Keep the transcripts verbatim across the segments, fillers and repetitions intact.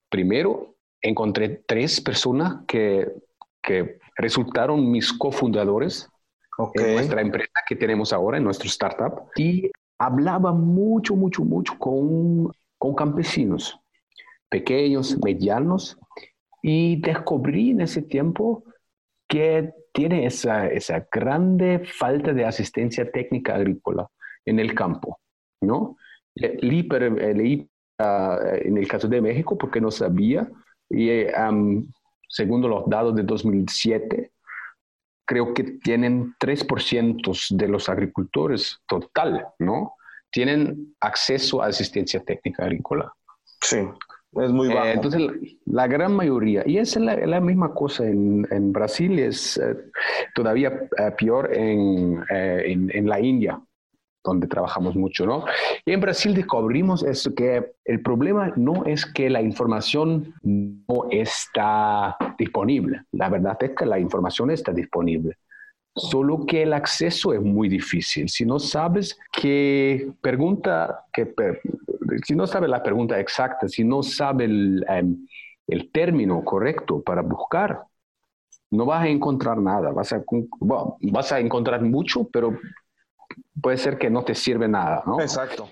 primero encontré tres personas que, que resultaron mis cofundadores Ok. en nuestra empresa que tenemos ahora, en nuestro startup, y hablaba mucho, mucho, mucho con, con campesinos, pequeños, medianos, y descubrí en ese tiempo que tiene esa, esa grande falta de asistencia técnica agrícola en el campo, ¿no? Le- Leí, pero, eh, leí ah, en el caso de México porque no sabía, y eh, am, según los datos de dos mil siete, creo que tienen tres por ciento de los agricultores total, ¿no? Tienen acceso a asistencia técnica agrícola. Sí, es muy Eh, bajo. entonces, la, la gran mayoría, y es la, la misma cosa en, en Brasil, es eh, todavía eh, peor en, eh, en, en la India, donde trabajamos mucho, ¿no? Y en Brasil descubrimos eso, que el problema no es que la información no está disponible. La verdad es que la información está disponible. Solo que el acceso es muy difícil. Si no sabes qué pregunta, que, si no sabes la pregunta exacta, si no sabes el, um, el término correcto para buscar, no vas a encontrar nada. Vas a, bueno, vas a encontrar mucho, pero puede ser que no te sirve nada, ¿no? Exacto.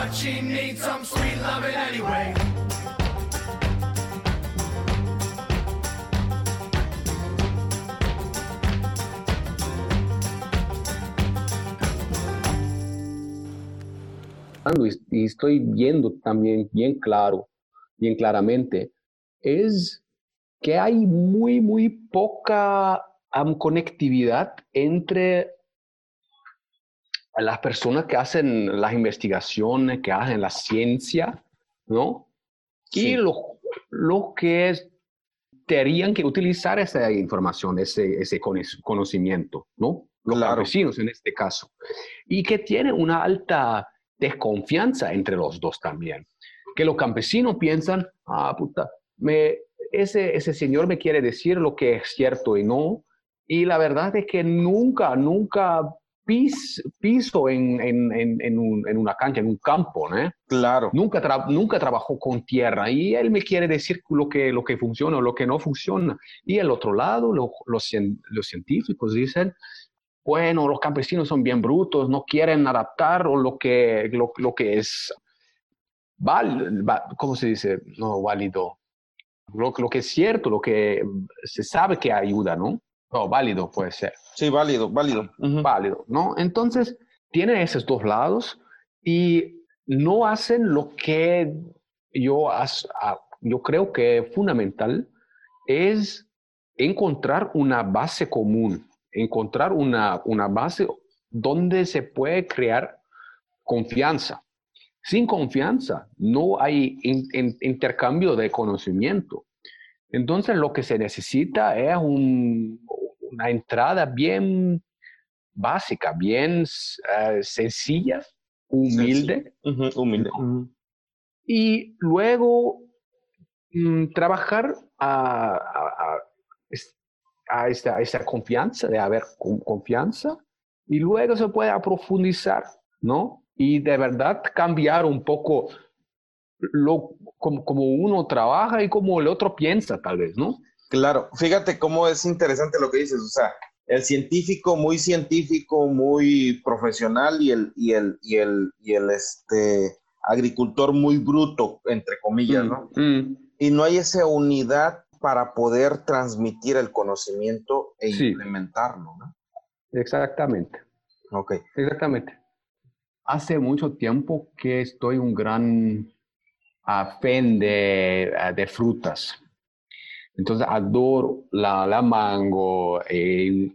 Y, y estoy viendo también bien claro, bien claramente, es que hay muy, muy poca um, conectividad entre las personas que hacen las investigaciones, que hacen la ciencia, ¿no? Y Sí, los lo que es, tendrían que utilizar esa información, ese, ese conocimiento, ¿no? Los claro. campesinos en este caso. Y que tienen una alta desconfianza entre los dos también. Que los campesinos piensan, ah, puta, me, ese, ese señor me quiere decir lo que es cierto y no. Y la verdad es que nunca, nunca pis, piso en, en, en, en, un, en, una cancha, en un campo, ¿no? Claro. Nunca, tra nunca trabajó con tierra y él me quiere decir lo que, lo que funciona o lo que no funciona. Y al otro lado, lo, los, los científicos dicen, bueno, los campesinos son bien brutos, no quieren adaptar o lo que, lo, lo que es, val, ¿cómo se dice? No, válido. Lo, lo que es cierto, lo que se sabe que ayuda, ¿no? No, válido puede ser. Sí, válido, válido. Uh-huh. Válido, ¿no? Entonces, tiene esos dos lados y no hacen lo que yo, yo creo que fundamental es encontrar una base común, encontrar una, una base donde se puede crear confianza. Sin confianza no hay in, in, intercambio de conocimiento. Entonces lo que se necesita es un, una entrada bien básica, bien uh, sencilla, Sencillo. humilde, Uh-huh. Humilde. ¿no? Uh-huh. Y luego mm, trabajar a, a, a, esta, a esta confianza, de haber confianza, y luego se puede profundizar, ¿no? Y de verdad cambiar un poco lo, como, como uno trabaja y como el otro piensa, tal vez, ¿no? Claro, fíjate cómo es interesante lo que dices, o sea, el científico muy científico, muy profesional y el, y el, y el, y el este, agricultor muy bruto, entre comillas, Mm, ¿no? mm, Y no hay esa unidad para poder transmitir el conocimiento e sí, implementarlo, ¿no? exactamente, Ok. exactamente. Hace mucho tiempo que estoy un gran uh, fan de, uh, de frutas. Entonces adoro la, la mango, eh,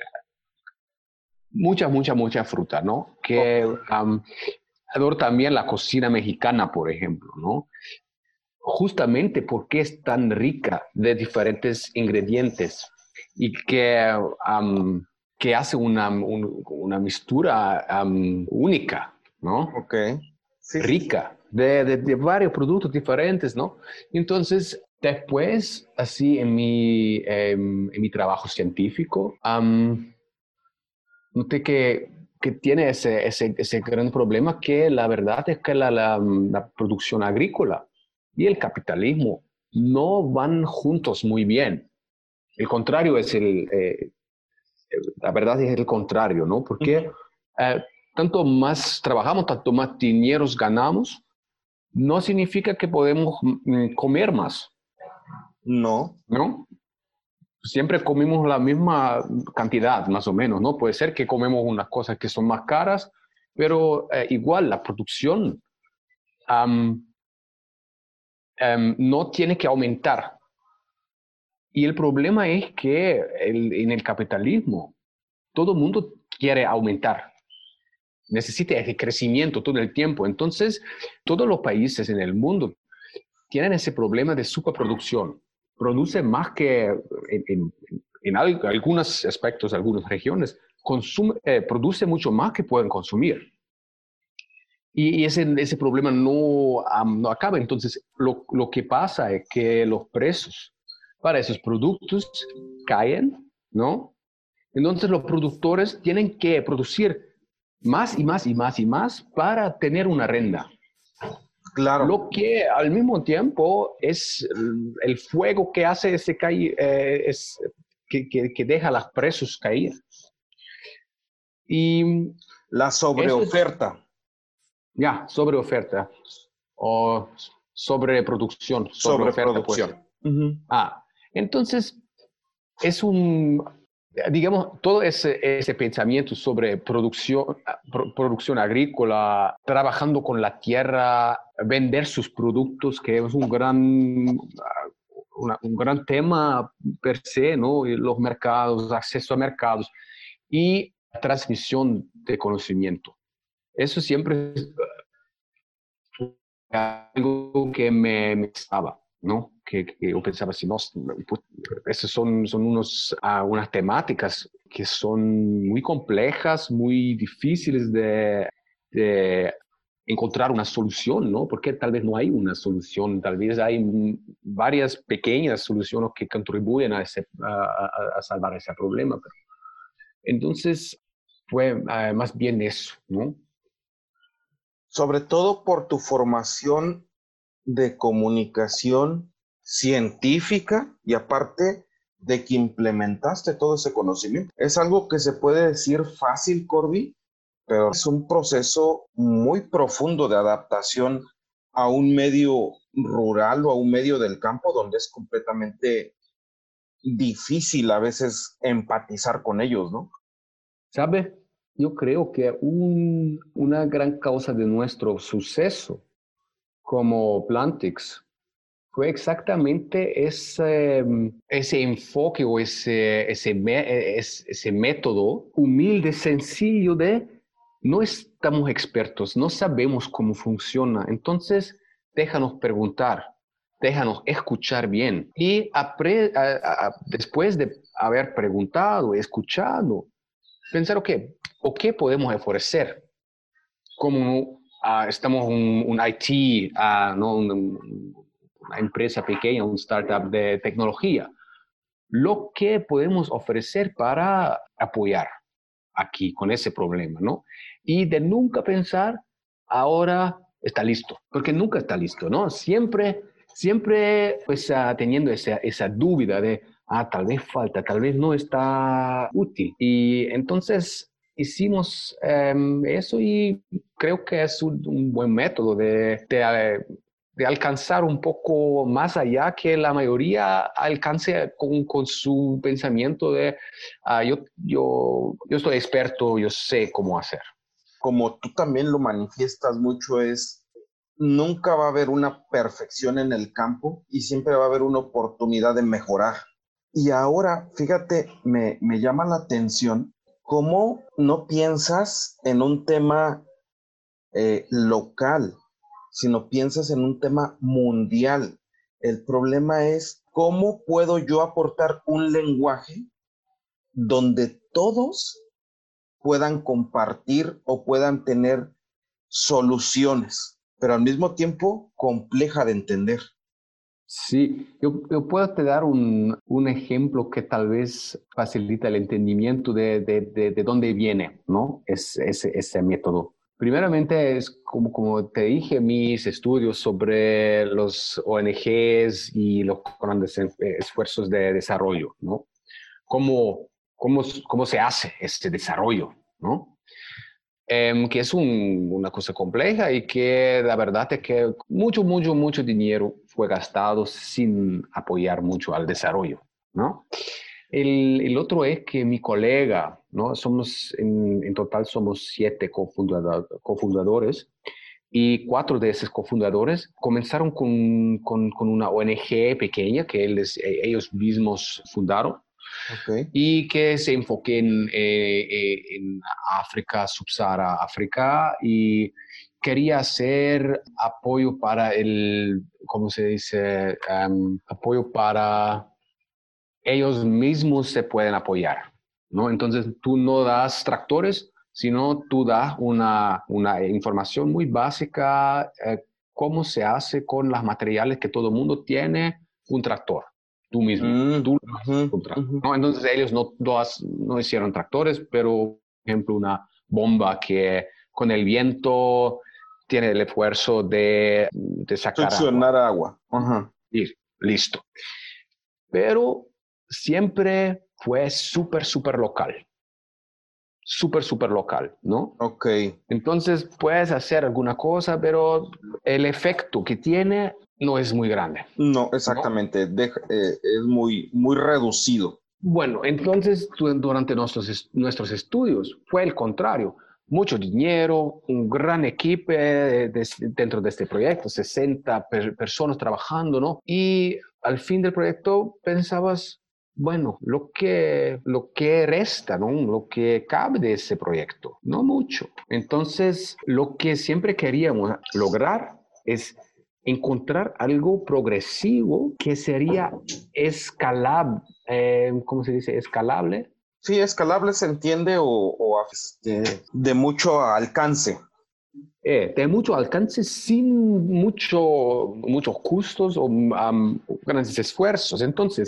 mucha, mucha, mucha fruta, ¿no? Ok. Que um, adoro también la cocina mexicana, por ejemplo, ¿no? Justamente porque es tan rica de diferentes ingredientes y que, um, que hace una, un, una mistura um, única, ¿no? Ok. Sí, sí, sí. Rica de, de, de, varios productos diferentes, ¿no? Entonces, después, así en mi, eh, en mi trabajo científico, um, noté que, que tiene ese, ese, ese gran problema que la verdad es que la, la, la producción agrícola y el capitalismo no van juntos muy bien. El contrario es el, eh, la verdad es el contrario, ¿no? Porque eh, tanto más trabajamos, tanto más dinero ganamos, no significa que podemos mm, comer más, No, ¿no? Siempre comemos la misma cantidad, más o menos, ¿no? Puede ser que comemos unas cosas que son más caras, pero eh, igual la producción um, um, no tiene que aumentar. Y el problema es que el, en el capitalismo todo el mundo quiere aumentar, necesita ese crecimiento todo el tiempo. Entonces, todos los países en el mundo tienen ese problema de superproducción. Producen más que en, en, en algunos aspectos, algunas regiones, consume, eh, produce mucho más que pueden consumir. Y, y ese, ese problema no, um, no acaba. Entonces, lo, lo que pasa es que los precios para esos productos caen, ¿no? Entonces, los productores tienen que producir más y más y más y más para tener una renta. claro. Lo que al mismo tiempo es el fuego que hace ese caer, eh, es, que, que, que deja los precios caer. Y La eso es sobreoferta. ya, sobre oferta o sobreproducción, sobre oferta puede ser. Sobreproducción. Uh-huh. Ah, entonces es un, digamos, todo ese, ese pensamiento sobre producción, pro, producción agrícola, trabajando con la tierra, vender sus productos, que es un gran, una, un gran tema per se, ¿no? Y los mercados, acceso a mercados y transmisión de conocimiento. Eso siempre es algo que me, me estaba, ¿no? Que, que yo pensaba, si no, pues, esas son, son unos, uh, unas temáticas que son muy complejas, muy difíciles de, de encontrar una solución, ¿no? Porque tal vez no hay una solución, tal vez hay varias pequeñas soluciones que contribuyen a, ese, a, a, a salvar ese problema. Pero, entonces, fue uh, más bien eso, ¿no? Sobre todo por tu formación de comunicación científica y aparte de que implementaste todo ese conocimiento. Es algo que se puede decir fácil, Corby, pero es un proceso muy profundo de adaptación a un medio rural o a un medio del campo donde es completamente difícil a veces empatizar con ellos, ¿no? ¿Sabe? Yo creo que un, una gran causa de nuestro suceso como Plantix fue exactamente ese, ese enfoque o ese, ese, ese método humilde, sencillo de no estamos expertos, no sabemos cómo funciona, entonces déjanos preguntar, déjanos escuchar bien y apre, a, a, después de haber preguntado, escuchado, pensar, ok, ¿o qué podemos ofrecer? Como uh, estamos un, un I T, uh, ¿no? Un, una empresa pequeña, un startup de tecnología. Lo que podemos ofrecer para apoyar aquí con ese problema, ¿no? Y de nunca pensar, ahora está listo, porque nunca está listo, ¿no? Siempre, siempre pues, uh, teniendo esa, esa duda de, ah, tal vez falta, tal vez no está útil. Y entonces hicimos um, eso y creo que es un, un buen método de, de, de, alcanzar un poco más allá que la mayoría alcance con, con su pensamiento de, ah, yo, yo, yo soy experto, yo sé cómo hacer. Como tú también lo manifiestas mucho, es nunca va a haber una perfección en el campo y siempre va a haber una oportunidad de mejorar. Y ahora, fíjate, me, me llama la atención cómo no piensas en un tema eh, local, sino piensas en un tema mundial. El problema es cómo puedo yo aportar un lenguaje donde todos puedan compartir o puedan tener soluciones, pero al mismo tiempo compleja de entender. Sí, yo, yo puedo te dar un, un ejemplo que tal vez facilita el entendimiento de, de, de, de dónde viene, ¿no? Es, ese, ese método. Primeramente, es como, como te dije, mis estudios sobre los O N Ges y los grandes esfuerzos de desarrollo, ¿no? Cómo, cómo, cómo se hace este desarrollo, ¿no? Eh, que es un, una cosa compleja y que la verdad es que mucho, mucho, mucho dinero fue gastado sin apoyar mucho al desarrollo, ¿no? El, el otro es que mi colega, ¿no? Somos, en, en total somos siete cofundador, cofundadores y cuatro de esos cofundadores comenzaron con, con, con una O N Ge pequeña que ellos, ellos mismos fundaron Ok. y que se enfoque en, eh, eh, en África, Subsahara África, y quería hacer apoyo para el, ¿cómo se dice? Um, apoyo para ellos mismos se pueden apoyar, ¿no? Entonces tú no das tractores, sino tú das una, una información muy básica, eh, cómo se hace con los materiales que todo el mundo tiene un tractor, tú mismo, Mm, tú ujú, un tractor, ujú. ¿no? Entonces ellos no, no, no hicieron tractores, pero, por ejemplo, una bomba que con el viento tiene el esfuerzo de, de sacar agua. Succionar agua. Ajá. Y listo. Pero siempre fue súper, súper local, súper, súper local, ¿no? Ok. Entonces puedes hacer alguna cosa, pero el efecto que tiene no es muy grande, No, ¿no? exactamente. Deja- eh, es muy, muy reducido. Bueno, entonces durante nuestros, nuestros estudios fue el contrario. Mucho dinero, un gran equipo de, de, dentro de este proyecto, sesenta per, personas trabajando, ¿no? Y al fin del proyecto pensabas, bueno, lo que, lo que resta, ¿no? Lo que cabe de ese proyecto, no mucho. Entonces, lo que siempre queríamos lograr es encontrar algo progresivo que sería escalable, eh, ¿cómo se dice? Escalable. Sí, escalable se entiende o, o este, de mucho alcance. Eh, de mucho alcance sin mucho, muchos costos o um, grandes esfuerzos. Entonces,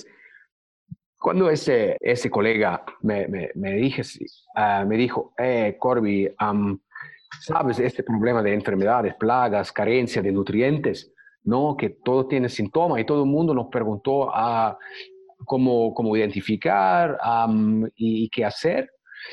cuando ese, ese colega me, me, me, dije, uh, me dijo, eh, Corby, um, ¿sabes este problema de enfermedades, plagas, carencia de nutrientes? ¿No? Que todo tiene síntomas y todo el mundo nos preguntó a cómo, cómo identificar um, y, y qué hacer.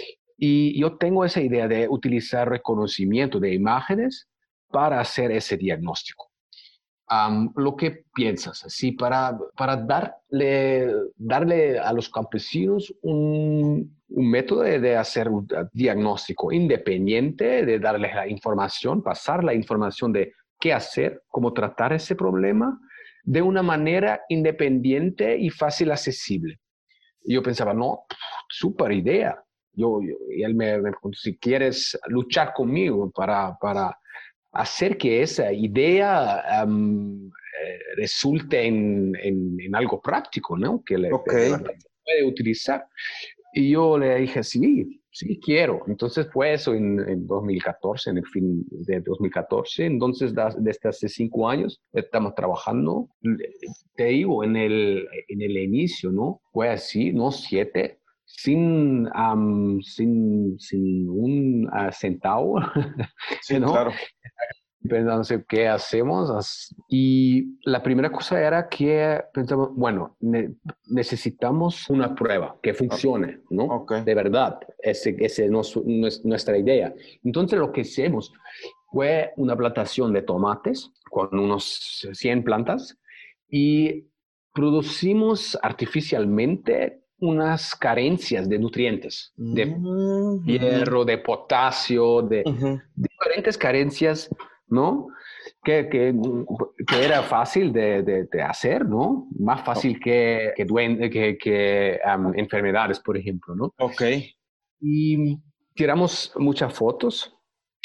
Y yo tengo esa idea de utilizar reconocimiento de imágenes para hacer ese diagnóstico. Um, lo que piensas, así para, para darle, darle a los campesinos un, un método de, de hacer un diagnóstico independiente, de darles la información, pasar la información de qué hacer, cómo tratar ese problema de una manera independiente y fácil accesible. Y yo pensaba, no, súper idea. Yo, yo, y él me, me preguntó si quieres luchar conmigo para, para hacer que esa idea um, eh, resulte en, en, en, algo práctico, ¿no? Que le, Ok. de verdad se puede utilizar. Y yo le dije, sí, sí quiero. Entonces fue eso en, en dos mil catorce, en el fin de dos mil catorce. Entonces, desde hace cinco años estamos trabajando. Te digo, en el, en el inicio, ¿no? Fue así, ¿no? Siete, sin, um, sin, sin un uh, centavo, Sí, ¿no? claro. Pensando qué hacemos. Y la primera cosa era que pensamos, bueno, ne necesitamos una prueba que funcione, ¿no? Ok. De verdad, ese, ese no es, no es nuestra idea. Entonces lo que hicimos fue una plantación de tomates con unos cien plantas y producimos artificialmente unas carencias de nutrientes, de Mm, ujú, hierro, de potasio, de ujú. diferentes carencias, ¿no? Que, que, que era fácil de, de, de, hacer, ¿no? Más O- fácil que, que, duen, que, que um, enfermedades, por ejemplo, ¿no? ok. Y tiramos muchas fotos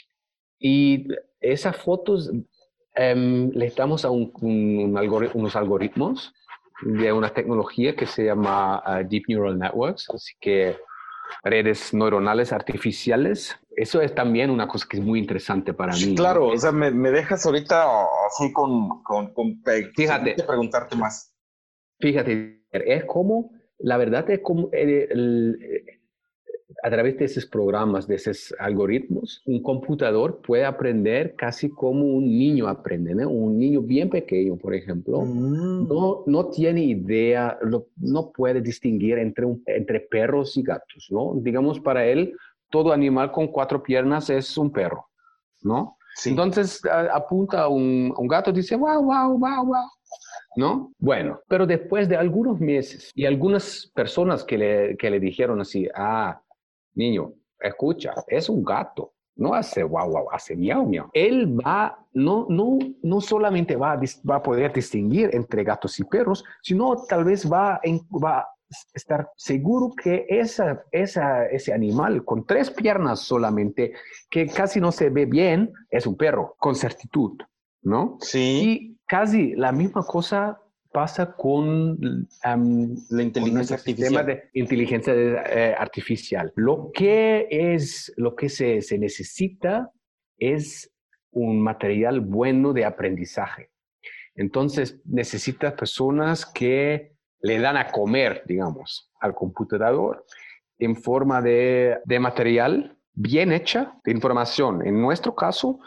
y esas fotos um, le damos a un, un algori unos algoritmos de una tecnología que se llama uh, Deep Neural Networks, así que redes neuronales artificiales. Eso es también una cosa que es muy interesante para Sí, mí, ¿no? claro. O sea, me, me dejas ahorita así con, con, con pe- seguirte Fíjate, preguntarte más. fíjate, es como, la verdad es como, el, el, a través de esos programas, de esos algoritmos, un computador puede aprender casi como un niño aprende, ¿no? Un niño bien pequeño, por ejemplo, Mm. no, no tiene idea, no, no puede distinguir entre, un, entre perros y gatos, ¿no? Digamos, para él, todo animal con cuatro piernas es un perro, ¿no? Sí. Entonces a, apunta a un, a un gato y dice, wow, wow, wow, wow. ¿No? Bueno, pero después de algunos meses y algunas personas que le, que le dijeron así, ah, niño, escucha, es un gato, no hace guau, guau, hace miau, miau. Él va, no, no, no solamente va a, va a poder distinguir entre gatos y perros, sino tal vez va, en, va a estar seguro que esa, esa, ese animal con tres piernas solamente, que casi no se ve bien, es un perro, con certitud, ¿no? Sí. Y casi la misma cosa pasa con, um, La con inteligencia nuestro sistema artificial. de inteligencia eh, artificial. Lo que, es, lo que se, se necesita es un material bueno de aprendizaje. Entonces, necesitas personas que le dan a comer, digamos, al computador en forma de, de material bien hecha, de información. En nuestro caso,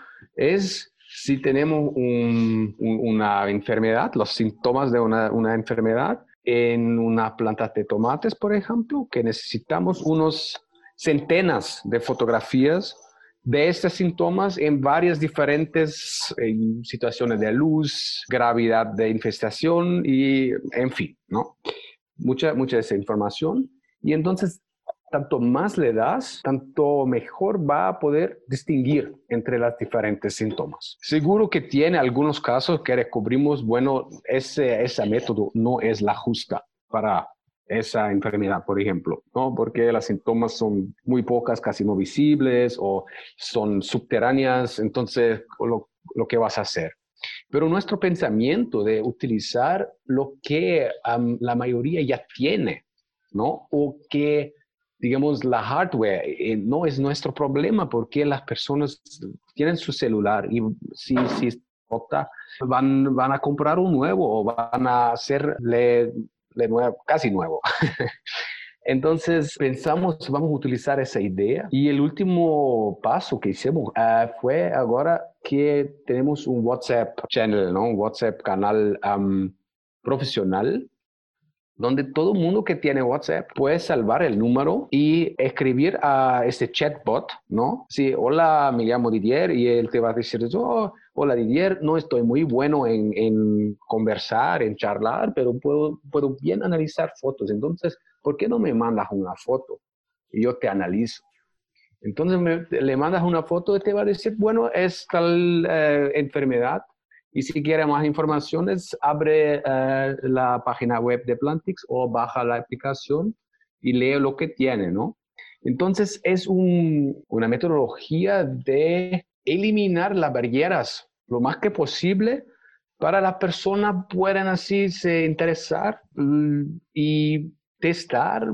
es si tenemos un, un, una enfermedad, los síntomas de una, una enfermedad en una planta de tomates, por ejemplo, que necesitamos unos centenas de fotografías de estos síntomas en varias diferentes eh, situaciones de luz, gravedad de infestación y, en fin, ¿no? Mucha, mucha de esa información. Y entonces, tanto más le das, tanto mejor va a poder distinguir entre los diferentes síntomas. Seguro que tiene algunos casos que descubrimos, bueno, ese, ese método no es la justa para esa enfermedad, por ejemplo, ¿no? Porque los síntomas son muy pocas, casi no visibles o son subterráneas, entonces lo, lo que vas a hacer. Pero nuestro pensamiento de utilizar lo que um, la mayoría ya tiene, ¿no? O que, digamos, la hardware eh, no es nuestro problema porque las personas tienen su celular y si, si van, van a comprar un nuevo o van a hacerle de nuevo, casi nuevo. Entonces pensamos, vamos a utilizar esa idea y el último paso que hicimos uh, fue ahora que tenemos un WhatsApp channel, ¿no? Un WhatsApp canal um, profesional donde todo el mundo que tiene WhatsApp puede salvar el número y escribir a este chatbot, ¿no? Sí, hola, me llamo Didier y él te va a decir, oh, hola Didier, no estoy muy bueno en, en conversar, en charlar, pero puedo, puedo bien analizar fotos. Entonces, ¿por qué no me mandas una foto? Y yo te analizo. Entonces me, le mandas una foto y te va a decir, bueno, es tal eh, enfermedad. Y si quiere más informaciones, abre eh, la página web de Plantix o baja la aplicación y lee lo que tiene, ¿no? Entonces es un, una metodología de eliminar las barreras lo más que posible para las personas puedan así se interesar mm, y testar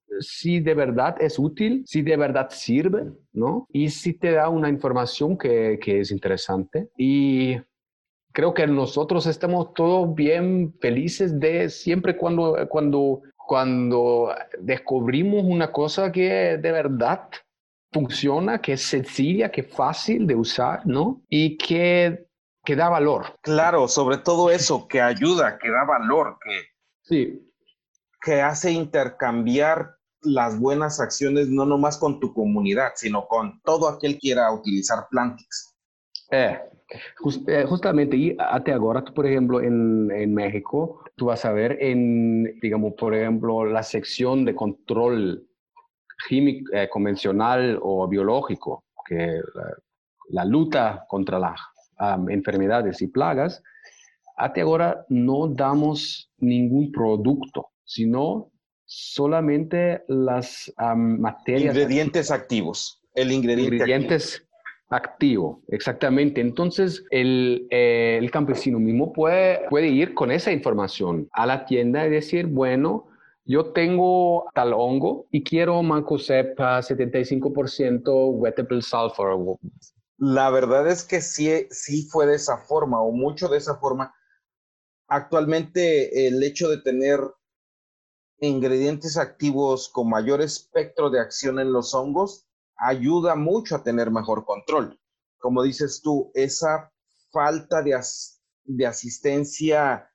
si de verdad es útil, si de verdad sirve, ¿no? Y si te da una información que, que es interesante. Y creo que nosotros estamos todos bien felices de siempre cuando, cuando, cuando descubrimos una cosa que de verdad funciona, que es sencilla, que es fácil de usar, ¿no? Y que, que da valor. Claro, sobre todo eso, que ayuda, que da valor, que, Sí. que hace intercambiar las buenas acciones no nomás con tu comunidad, sino con todo aquel que quiera utilizar Plantix. Eh, just, eh, justamente, y hasta ahora, tú, por ejemplo, en, en México, tú vas a ver en, digamos, por ejemplo, la sección de control químico, eh, convencional o biológico, que la, la lucha contra las um, enfermedades y plagas, hasta ahora no damos ningún producto, sino solamente las um, materias Ingredientes activas, activos, el ingrediente activo. ingredientes activos, exactamente. Entonces, el, eh, el campesino mismo puede, puede ir con esa información a la tienda y decir, bueno, yo tengo tal hongo y quiero Mancozeb a setenta y cinco por ciento wettable sulfur. La verdad es que sí, sí fue de esa forma, o mucho de esa forma. Actualmente el hecho de tener ingredientes activos con mayor espectro de acción en los hongos ayuda mucho a tener mejor control. Como dices tú, esa falta de, as de asistencia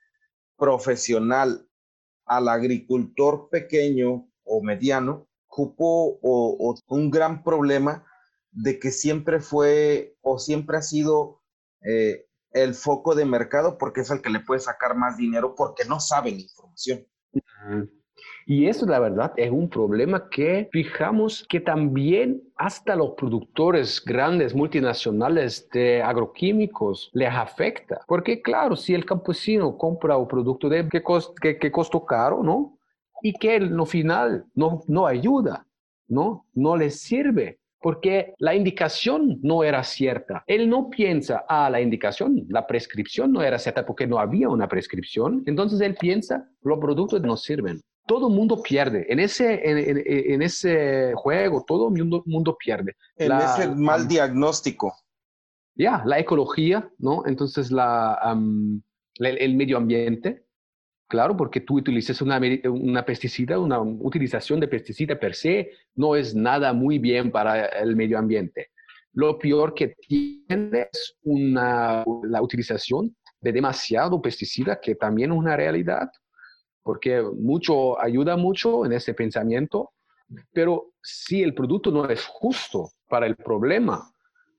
profesional al agricultor pequeño o mediano ocupó o, o un gran problema de que siempre fue o siempre ha sido eh, el foco de mercado porque es el que le puede sacar más dinero porque no saben información. Uh-huh. Y eso, la verdad, es un problema que fijamos que también hasta los productores grandes multinacionales de agroquímicos les afecta. Porque claro, si el campesino compra un producto de, que, cost, que, que costó caro, ¿no? Y que él, no final no, no ayuda, ¿no? No le sirve. Porque la indicación no era cierta. Él no piensa, ah, la indicación, la prescripción no era cierta porque no había una prescripción. Entonces él piensa, los productos no sirven. Todo el mundo pierde. En ese, en, en, en ese juego, todo el mundo, mundo pierde. En la, ese mal um, diagnóstico. Ya, yeah, la ecología, ¿no? Entonces la, um, la, el medio ambiente. Claro, porque tú utilizas una, una pesticida, una utilización de pesticida per se, no es nada muy bien para el medio ambiente. Lo peor que tiene es una, la utilización de demasiado pesticida, que también es una realidad, porque mucho ayuda mucho en ese pensamiento, pero si el producto no es justo para el problema,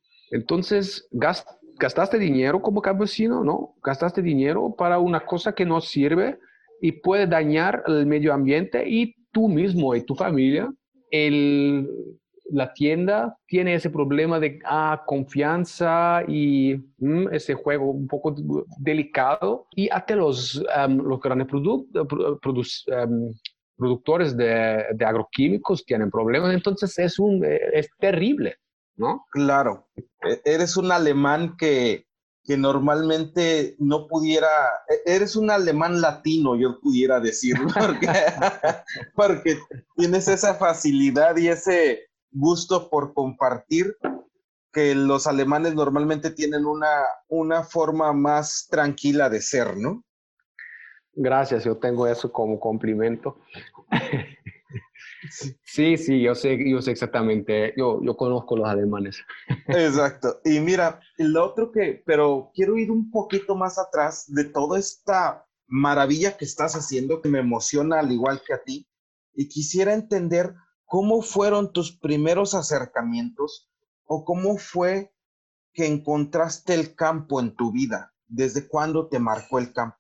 entonces gast, gastaste dinero como campesino, ¿no? Gastaste dinero para una cosa que no sirve y puede dañar el medio ambiente y tú mismo y tu familia. El, la tienda tiene ese problema de ah, confianza y mm, ese juego un poco delicado. Y hasta los, um, los grandes produ produ um, productores de, de agroquímicos tienen problemas. Entonces es, un, es terrible, ¿no? Claro, eres un alemán que, que normalmente no pudiera, eres un alemán latino, yo pudiera decirlo, porque, porque tienes esa facilidad y ese gusto por compartir que los alemanes normalmente tienen una, una forma más tranquila de ser, ¿no? Gracias, yo tengo eso como complemento. Sí, sí, yo sé, yo sé exactamente, yo, yo conozco los alemanes. Exacto. Y mira, lo otro que, pero quiero ir un poquito más atrás de toda esta maravilla que estás haciendo, que me emociona al igual que a ti, y quisiera entender cómo fueron tus primeros acercamientos o cómo fue que encontraste el campo en tu vida. ¿Desde cuándo te marcó el campo?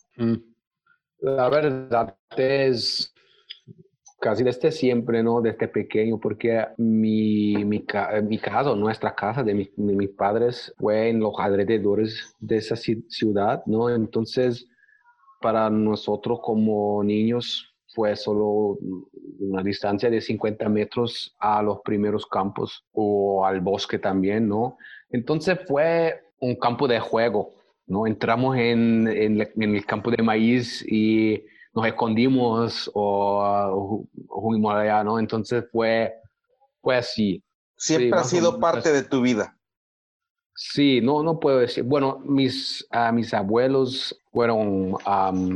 La verdad es casi desde siempre, ¿no? Desde pequeño, porque mi, mi, mi casa, nuestra casa de, mi, de mis padres fue en los alrededores de esa ciudad, ¿no? Entonces, para nosotros como niños fue solo una distancia de cincuenta metros a los primeros campos o al bosque también, ¿no? Entonces fue un campo de juego, ¿no? Entramos en, en, en el campo de maíz y nos escondimos o, o juguemos allá, ¿no? Entonces fue, fue así. Sí, Siempre ha más o sido menos parte así. de tu vida. Sí, no, no puedo decir. Bueno, mis, uh, mis abuelos fueron um,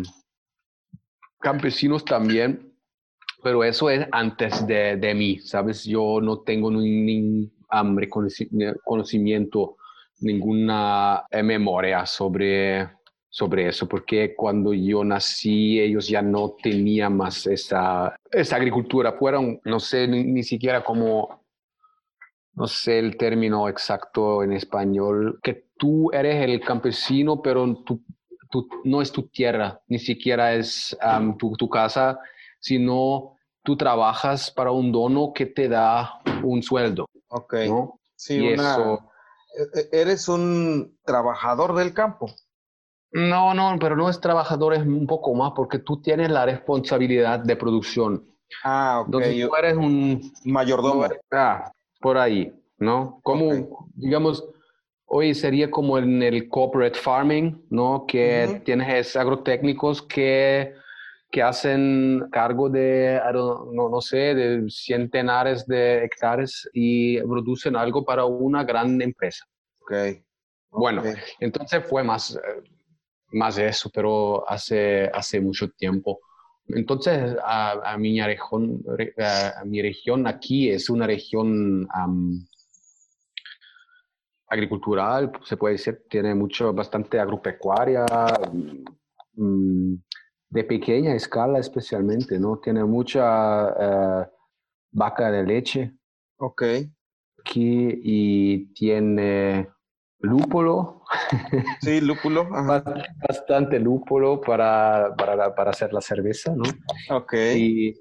campesinos también, pero eso es antes de, de mí, ¿sabes? Yo no tengo ningún um, conocimiento, ninguna eh, memoria sobre, sobre eso, porque cuando yo nací ellos ya no tenían más esa, esa agricultura. Fueron, no sé, ni, ni siquiera como, no sé el término exacto en español, que tú eres el campesino, pero tú, tú, no es tu tierra, ni siquiera es um, tu, tu casa, sino tú trabajas para un dono que te da un sueldo, Ok. ¿no? Sí, Y eso, una... Eres un trabajador del campo. no, no, pero no es trabajador, es un poco más, porque tú tienes la responsabilidad de producción. Ah, ok. Entonces tú eres un, no Mayordomo. eres, ah, por ahí, ¿no? Ok. Como, digamos, hoy sería como en el corporate farming, ¿no? Que Ujú. tienes agrotécnicos que, que hacen cargo de, no, no sé, de centenares de hectáreas y producen algo para una gran empresa. Ok. Ok. Bueno, entonces fue más, más eso, pero hace, hace mucho tiempo. Entonces, a, a mi región, a, a mi región aquí es una región um, agricultural, se puede decir, tiene mucho, bastante agropecuaria, um, de pequeña escala especialmente, ¿no? Tiene mucha uh, vaca de leche Ok. aquí y tiene lúpulo, Sí, lúpulo. Ajá. bastante lúpulo para, para, para hacer la cerveza, ¿no? Ok. Y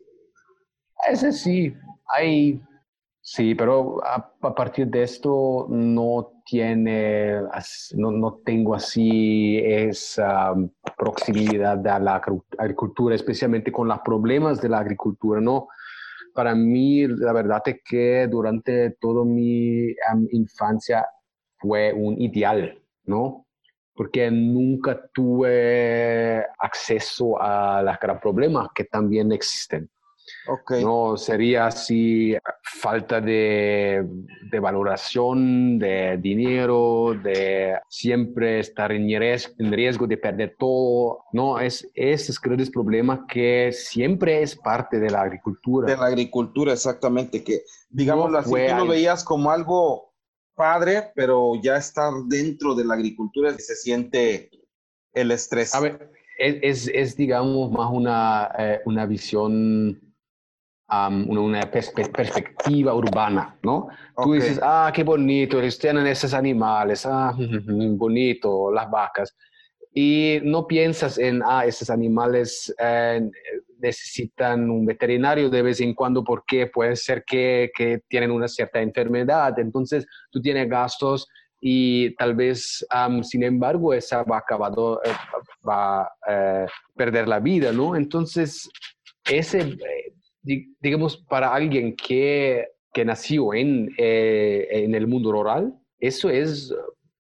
ese sí, hay, sí, pero a, a partir de esto no tiene, as- no, no tengo así esa um, proximidad a la agru- agricultura, especialmente con los problemas de la agricultura, ¿no? Para mí, la verdad es que durante toda mi um, infancia fue un ideal, ¿no? Porque nunca tuve acceso a los gran problemas que también existen. Ok. No sería así falta de, de valoración, de dinero, de siempre estar en riesgo, en riesgo de perder todo. No, es esos grandes problemas que siempre es parte de la De agricultura. la agricultura, exactamente, que No digámoslo así, fue tú lo algo. veías como algo padre, pero ya estar dentro de la agricultura se siente el A estrés. ver, es, es, es, digamos, más una, eh, una visión, um, una, una perspe- perspectiva urbana, ¿no? Tú Ok, dices, ah, qué bonito, ellos tienen esos animales, ah, bonito, las vacas. Y no piensas en, ah, esos animales eh, necesitan un veterinario de vez en cuando porque puede ser que, que tienen una cierta enfermedad. Entonces, tú tienes gastos y tal vez, um, sin embargo, esa vaca va, do, eh, va a eh, perder la vida, ¿no? Entonces, ese, eh, di- digamos, para alguien que, que nació en, eh, en el mundo rural, eso es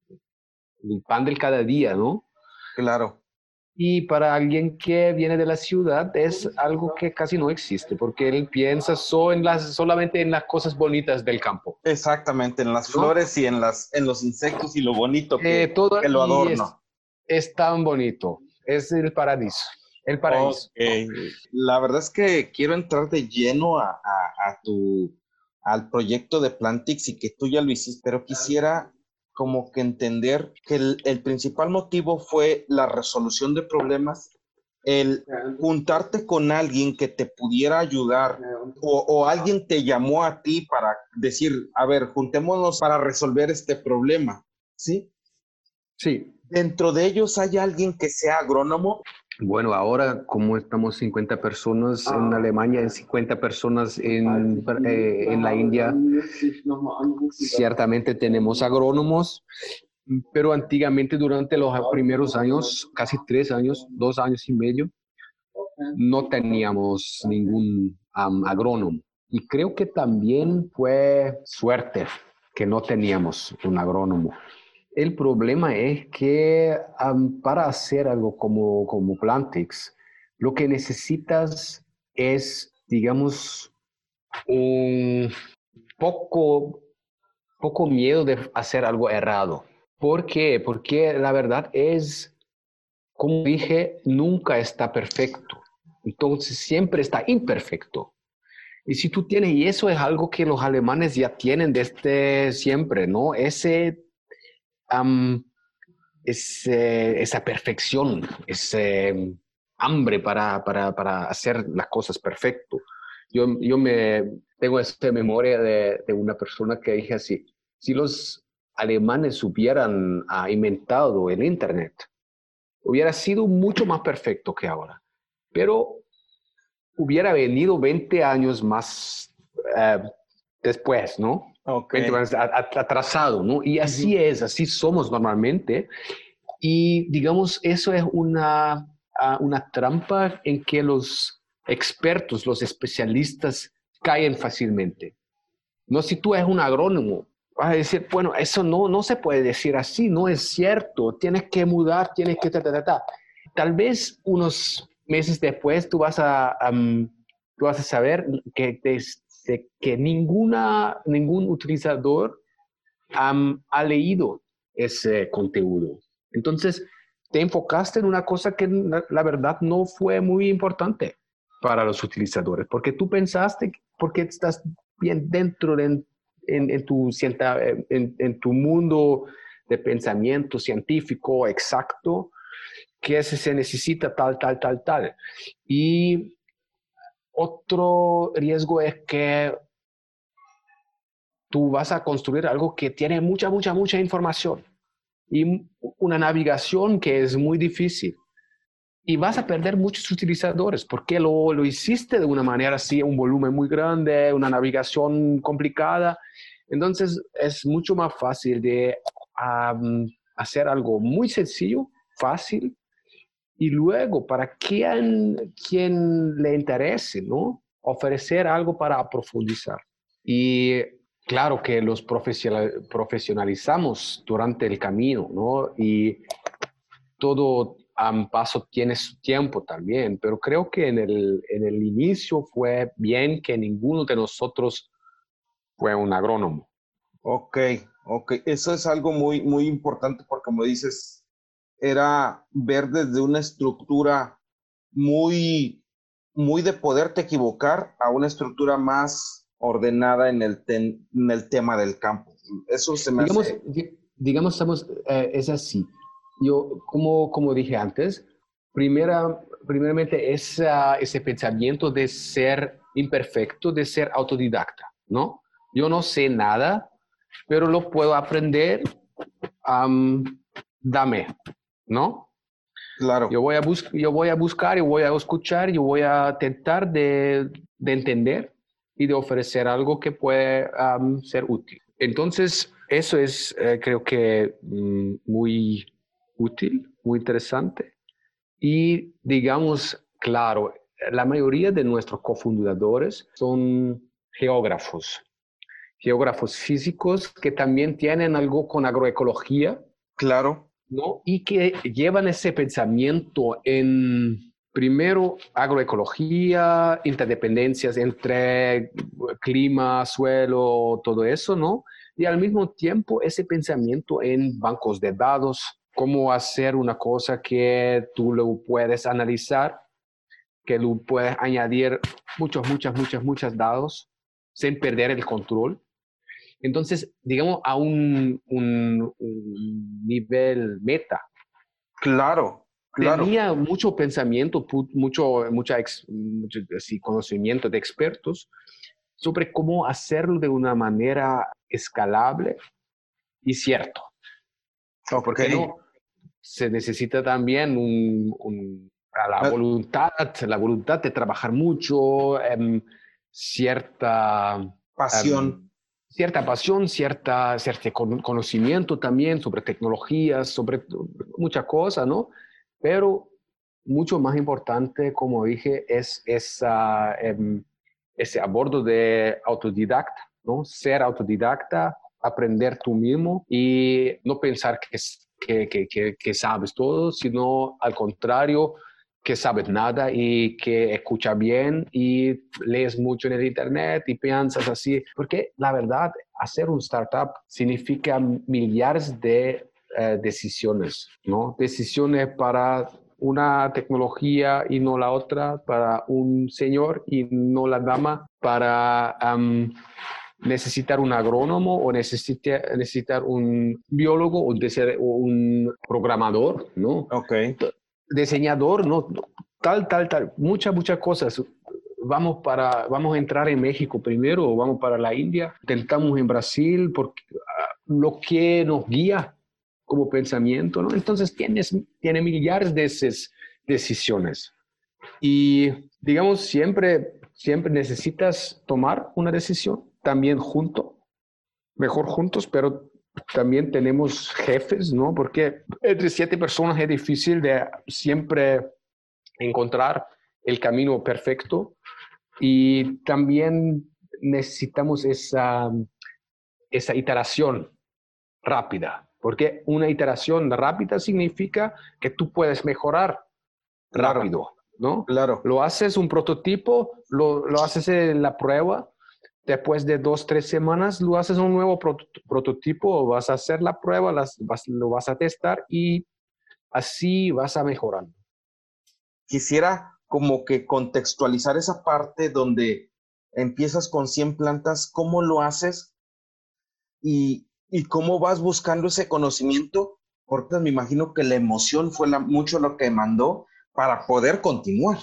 el pan del cada día, ¿no? claro, Y para alguien que viene de la ciudad es algo que casi no existe, porque él piensa so en las, solamente en las cosas bonitas del campo, exactamente, en las ¿no? flores y en las, en los insectos y lo bonito Eh, que, todo que lo y es, adorno. es tan bonito, es el paraíso, el Ok, paraíso, ¿no? la verdad es que quiero entrar de lleno a, a, a tu, al proyecto de Plantix y que tú ya lo hiciste, pero quisiera como que entender que el, el principal motivo fue la resolución de problemas, el juntarte con alguien que te pudiera ayudar o, o alguien te llamó a ti para decir, a ver, juntémonos para resolver este problema, ¿sí? Sí. Dentro de ellos hay alguien que sea agrónomo. Bueno, ahora como estamos cincuenta personas en Alemania, en cincuenta personas en, eh, en la India, ciertamente tenemos agrónomos, pero antiguamente durante los primeros años, casi tres años, dos años y medio, no teníamos ningún um, agrónomo. Y creo que también fue suerte que no teníamos un agrónomo. El problema es que um, para hacer algo como, como Plantix, lo que necesitas es, digamos, un poco, poco miedo de hacer algo errado. ¿Por qué? Porque la verdad es, como dije, nunca está perfecto. Entonces siempre está imperfecto. Y si tú tienes, y eso es algo que los alemanes ya tienen desde siempre, ¿no? Ese, um, ese esa perfección, ese hambre para, para, para hacer las cosas perfecto. Yo, yo me tengo esta memoria de, de una persona que dije así, si los alemanes hubieran ah, inventado el Internet, hubiera sido mucho más perfecto que ahora. Pero hubiera venido veinte años más eh, después, ¿no? Ok. veinte años atrasado, ¿no? Y así Ujú. es, así somos normalmente. Y digamos, eso es una, uh, una trampa en que los expertos, los especialistas caen fácilmente. No, si tú eres un agrónomo, vas a decir, bueno, eso no, no se puede decir así, no es cierto, tienes que mudar, tienes que... Ta, ta, ta, ta. Tal vez unos meses después tú vas a, um, tú vas a saber que, de, de, que ninguna, ningún utilizador um, ha leído ese contenido. Entonces, te enfocaste en una cosa que la, la verdad no fue muy importante. para los utilizadores, porque tú pensaste, porque estás bien dentro de en, en, en tu, en, en tu mundo de pensamiento científico exacto, que se necesita tal, tal, tal, tal. Y otro riesgo es que tú vas a construir algo que tiene mucha, mucha, mucha información y una navegación que es muy difícil. Y vas a perder muchos utilizadores porque lo, lo hiciste de una manera así, un volumen muy grande, una navegación complicada. Entonces es mucho más fácil de um, hacer algo muy sencillo, fácil, y luego para quien, quien le interese, ¿no? Ofrecer algo para profundizar. Y claro que los profesional, profesionalizamos durante el camino, ¿no? Y todo um, paso tiene su tiempo también, pero creo que en el, en el inicio fue bien que ninguno de nosotros fue un agrónomo. Ok, ok. Eso es algo muy, muy importante porque, como dices, era ver desde una estructura muy, muy de poderte equivocar a una estructura más ordenada en el, ten, en el tema del campo. Eso se me Digamos, hace... digamos estamos, eh, es así. Yo, como, como dije antes, primera, primeramente esa, ese pensamiento de ser imperfecto, de ser autodidacta, ¿no? Yo no sé nada, pero lo puedo aprender, um, dame, ¿no? Claro, Yo voy, a bus yo voy a buscar, yo voy a escuchar, yo voy a intentar de, de entender y de ofrecer algo que puede um, ser útil. Entonces, eso es, eh, creo que, mm, muy útil, muy interesante. Y digamos, claro, la mayoría de nuestros cofundadores son geógrafos, geógrafos físicos que también tienen algo con agroecología, claro. ¿no? Y que llevan ese pensamiento en, primero, agroecología, interdependencias entre clima, suelo, todo eso, ¿no? Y al mismo tiempo ese pensamiento en bancos de datos, cómo hacer una cosa que tú lo puedes analizar, que tú puedes añadir muchos, muchas, muchas, muchas datos sin perder el control. Entonces, digamos, a un, un, un nivel meta, Claro, claro. tenía mucho pensamiento, mucho, mucha ex, mucho sí, conocimiento de expertos sobre cómo hacerlo de una manera escalable y cierto. Ok. Porque no, se necesita también un, un, a la voluntad, la voluntad de trabajar mucho, um, cierta, Pasión. um, cierta pasión, cierta, cierto conocimiento también sobre tecnologías, sobre muchas cosas, ¿no? Pero mucho más importante, como dije, es esa, um, ese abordo de autodidacta, ¿no? Ser autodidacta, aprender tú mismo y no pensar que, que, que, que, que sabes todo, sino al contrario, que sabes nada y que escuchas bien y lees mucho en el internet y piensas así, porque la verdad, hacer un startup significa millares de eh, decisiones, ¿no? Decisiones para una tecnología y no la otra, para un señor y no la dama, para um, necesitar un agrónomo o necesita, necesitar un biólogo o, de o un programador, ¿no? Ok. Diseñador, ¿no? Tal, tal, tal, muchas, muchas cosas. Vamos, para, vamos a entrar en México primero o vamos para la India, intentamos en Brasil, porque uh, lo que nos guía como pensamiento, ¿no? Entonces tienes, tiene millares de esas decisiones. Y digamos, siempre, siempre necesitas tomar una decisión, también junto, mejor juntos, pero también tenemos jefes, ¿no? Porque entre siete personas es difícil de siempre encontrar el camino perfecto y también necesitamos esa, esa iteración rápida, porque una iteración rápida significa que tú puedes mejorar Claro, rápido, ¿no? claro. Lo haces un prototipo, lo, lo haces en la prueba, después de dos, tres semanas lo haces un nuevo prot prototipo, vas a hacer la prueba, las, vas, lo vas a testar y así vas a mejorar. Quisiera como que contextualizar esa parte donde empiezas con cien plantas, cómo lo haces y, y cómo vas buscando ese conocimiento, porque me imagino que la emoción fue la, mucho lo que mandó para poder continuar.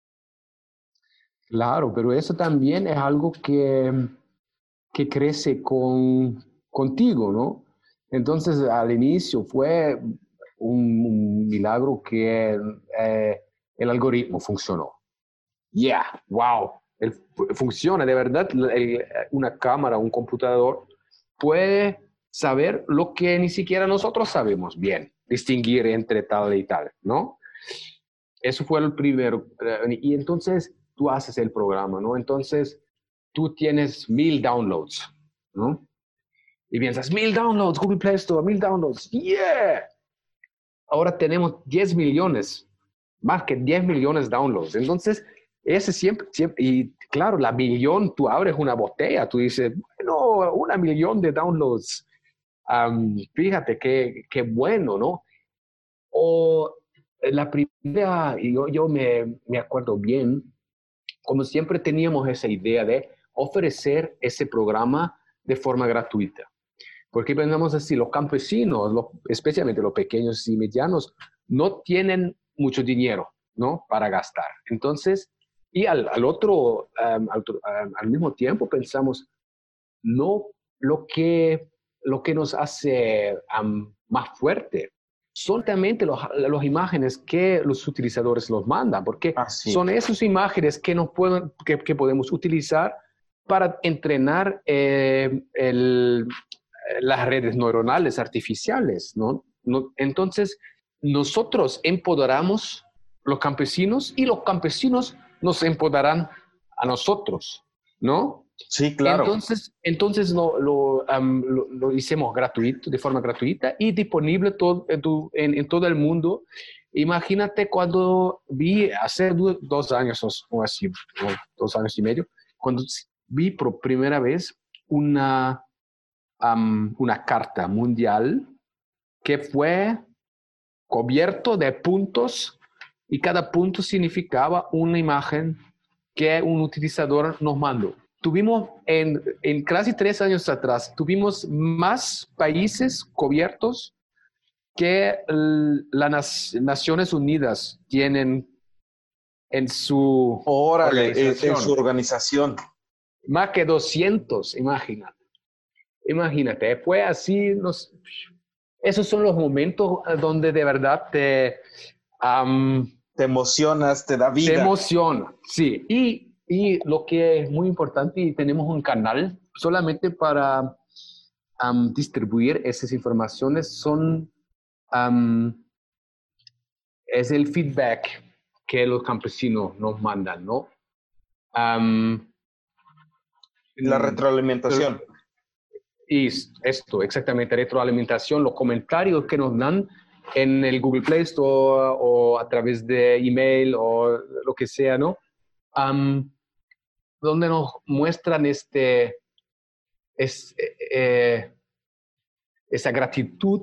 Claro, pero eso también es algo que, que crece con, contigo, ¿no? Entonces, al inicio fue un, un milagro que eh, el algoritmo funcionó. Yeah, wow, el, funciona de verdad. El, una cámara, un computador puede saber lo que ni siquiera nosotros sabemos bien, distinguir entre tal y tal, ¿no? Eso fue el primero. Y entonces tú haces el programa, ¿no? Entonces tú tienes mil downloads, ¿no? Y piensas, mil downloads, Google Play Store, mil downloads, yeah. Ahora tenemos diez millones, más que diez millones de downloads. Entonces, ese siempre, siempre, y claro, la millón, tú abres una botella, tú dices, bueno, una millón de downloads. Um, fíjate qué, qué bueno, ¿no? O la primera, yo, yo me, me acuerdo bien, como siempre teníamos esa idea de ofrecer ese programa de forma gratuita. Porque pensamos así, los campesinos, los, especialmente los pequeños y medianos, no tienen mucho dinero, ¿no? Para gastar. Entonces, y al, al otro, um, al, um, al mismo tiempo pensamos, no lo que, lo que nos hace um, más fuerte son también las imágenes que los utilizadores los mandan, porque Ah, sí. son esas imágenes que, nos pueden, que, que podemos utilizar para entrenar eh, el, las redes neuronales artificiales, ¿no? ¿no? Entonces, nosotros empoderamos los campesinos y los campesinos nos empoderarán a nosotros, ¿no? Sí, claro. Entonces, entonces lo, lo, um, lo, lo hicimos gratuito, de forma gratuita y disponible todo, en, en todo el mundo. Imagínate cuando vi hace dos años o así, o dos años y medio, cuando vi por primera vez una, um, una carta mundial que fue cubierto de puntos y cada punto significaba una imagen que un utilizador nos mandó. Tuvimos en, en casi tres años atrás, tuvimos más países cubiertos que las Naciones Unidas tienen en su Órale, organización. En su organización. Más que doscientos, imagínate. Imagínate, fue así. Nos, esos son los momentos donde de verdad te... Um, te emocionas, te da vida. Te emociona, sí. Y Y lo que es muy importante, y tenemos un canal solamente para um, distribuir esas informaciones, son, um, es el feedback que los campesinos nos mandan, ¿no? Um, La retroalimentación. Y esto, exactamente, retroalimentación, los comentarios que nos dan en el Google Play Store o a través de email o lo que sea, ¿no? Um, donde nos muestran este, es, eh, esa gratitud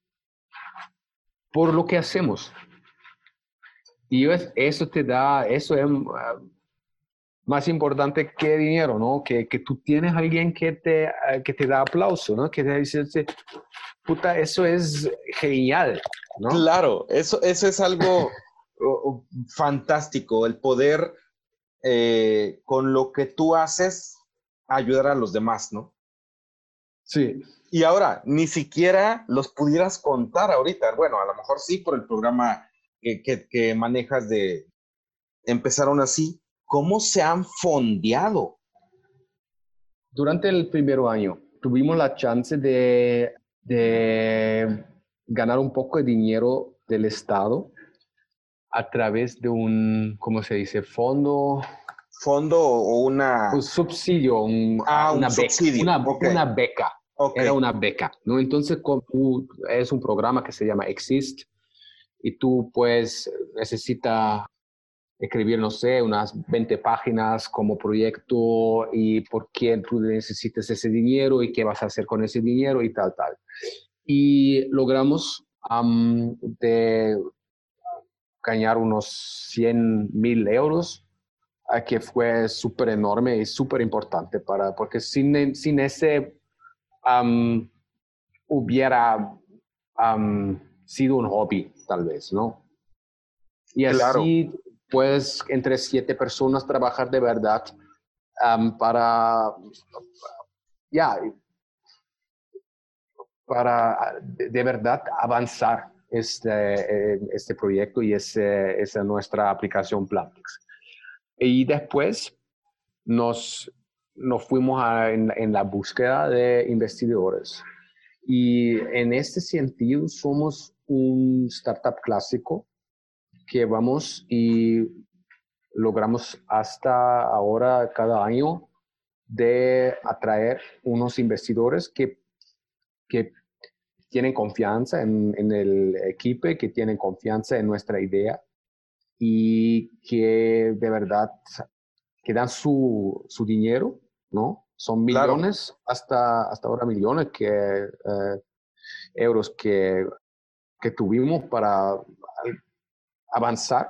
por lo que hacemos. Y eso te da, eso es uh, más importante que dinero, ¿no? Que, que tú tienes a alguien que te, uh, que te da aplauso, ¿no? Que te dice, puta, eso es genial, ¿no? Claro, eso, eso es algo uh, fantástico, el poder eh, con lo que tú haces ayudar a los demás, ¿no? Sí. Y ahora, ni siquiera los pudieras contar ahorita. Bueno, a lo mejor sí por el programa que, que, que manejas de empezaron así. ¿Cómo se han fondeado? Durante el primer año tuvimos la chance de, de ganar un poco de dinero del Estado a través de un, ¿cómo se dice? Fondo. Fondo o una... Un subsidio, un, ah, una, un beca, subsidio. una, Okay. una beca. Okay. Era una beca, ¿no? Entonces es un programa que se llama Exist y tú pues necesitas escribir, no sé, unas veinte páginas como proyecto y por qué tú necesitas ese dinero y qué vas a hacer con ese dinero y tal, tal. Y logramos um, de ganar unos cien mil euros, uh, que fue súper enorme y súper importante, para, porque sin, sin ese um, hubiera um, sido un hobby, tal vez, ¿no? Y Claro. así, puedes entre siete personas trabajar de verdad um, para, ya, yeah, para de, de verdad avanzar este, este proyecto y ese, esa nuestra aplicación Plantix. Y después nos, nos fuimos a, en, en la búsqueda de investigadores. Y en este sentido somos un startup clásico que vamos y logramos hasta ahora cada año de atraer unos investigadores que, que tienen confianza en, en el equipo, que tienen confianza en nuestra idea y que de verdad que dan su, su dinero, ¿no? Son millones, claro. hasta, hasta ahora millones que, eh, euros que, que tuvimos para avanzar.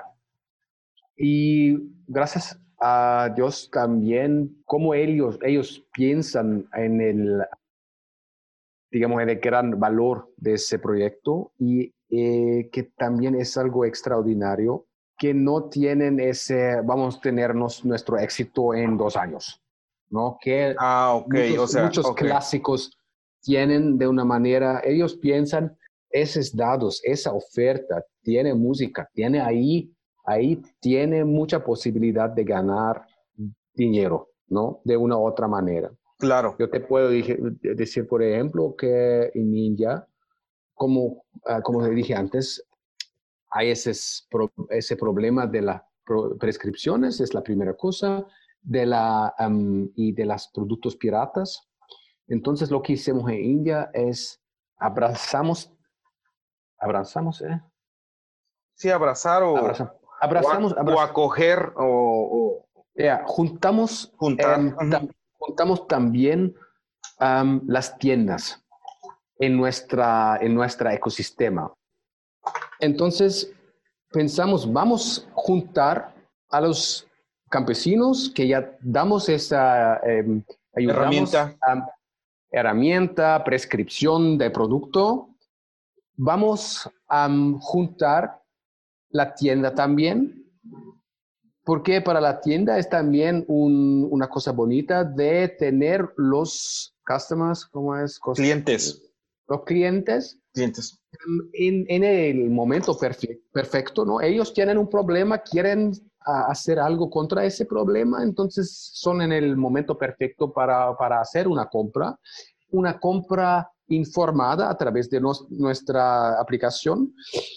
Y gracias a Dios también, cómo ellos, ellos piensan en el, digamos, en el gran valor de ese proyecto y eh, que también es algo extraordinario, que no tienen ese, vamos a tenernos nuestro éxito en dos años, ¿no? Que ah, okay. muchos, o sea, muchos okay. clásicos tienen de una manera, ellos piensan, esos datos, esa oferta, tiene música, tiene ahí, ahí tiene mucha posibilidad de ganar dinero, ¿no? De una u otra manera. Claro. Yo te puedo dije, decir, por ejemplo, que en India, como, uh, como te dije antes, hay ese, pro, ese problema de las prescripciones, es la primera cosa, de la, um, y de los productos piratas. Entonces, lo que hicimos en India es abrazamos, abrazamos, ¿eh? Sí, abrazar o, abrazamos, abrazamos, o, a, abrazamos, o acoger o... o yeah, juntamos, juntar. eh, Uh-huh. tam, juntamos también um, las tiendas en nuestra, en nuestra ecosistema. Entonces, pensamos, vamos a juntar a los campesinos que ya damos esa, eh, ayudamos herramienta. a herramienta, prescripción de producto. Vamos a um, juntar la tienda también, porque para la tienda es también un, una cosa bonita de tener los customers, ¿cómo es? Clientes. Los clientes. Clientes. En, en el momento perfe perfecto, ¿no? Ellos tienen un problema, quieren uh, hacer algo contra ese problema, entonces son en el momento perfecto para, para hacer una compra, una compra informada a través de nos, nuestra aplicación.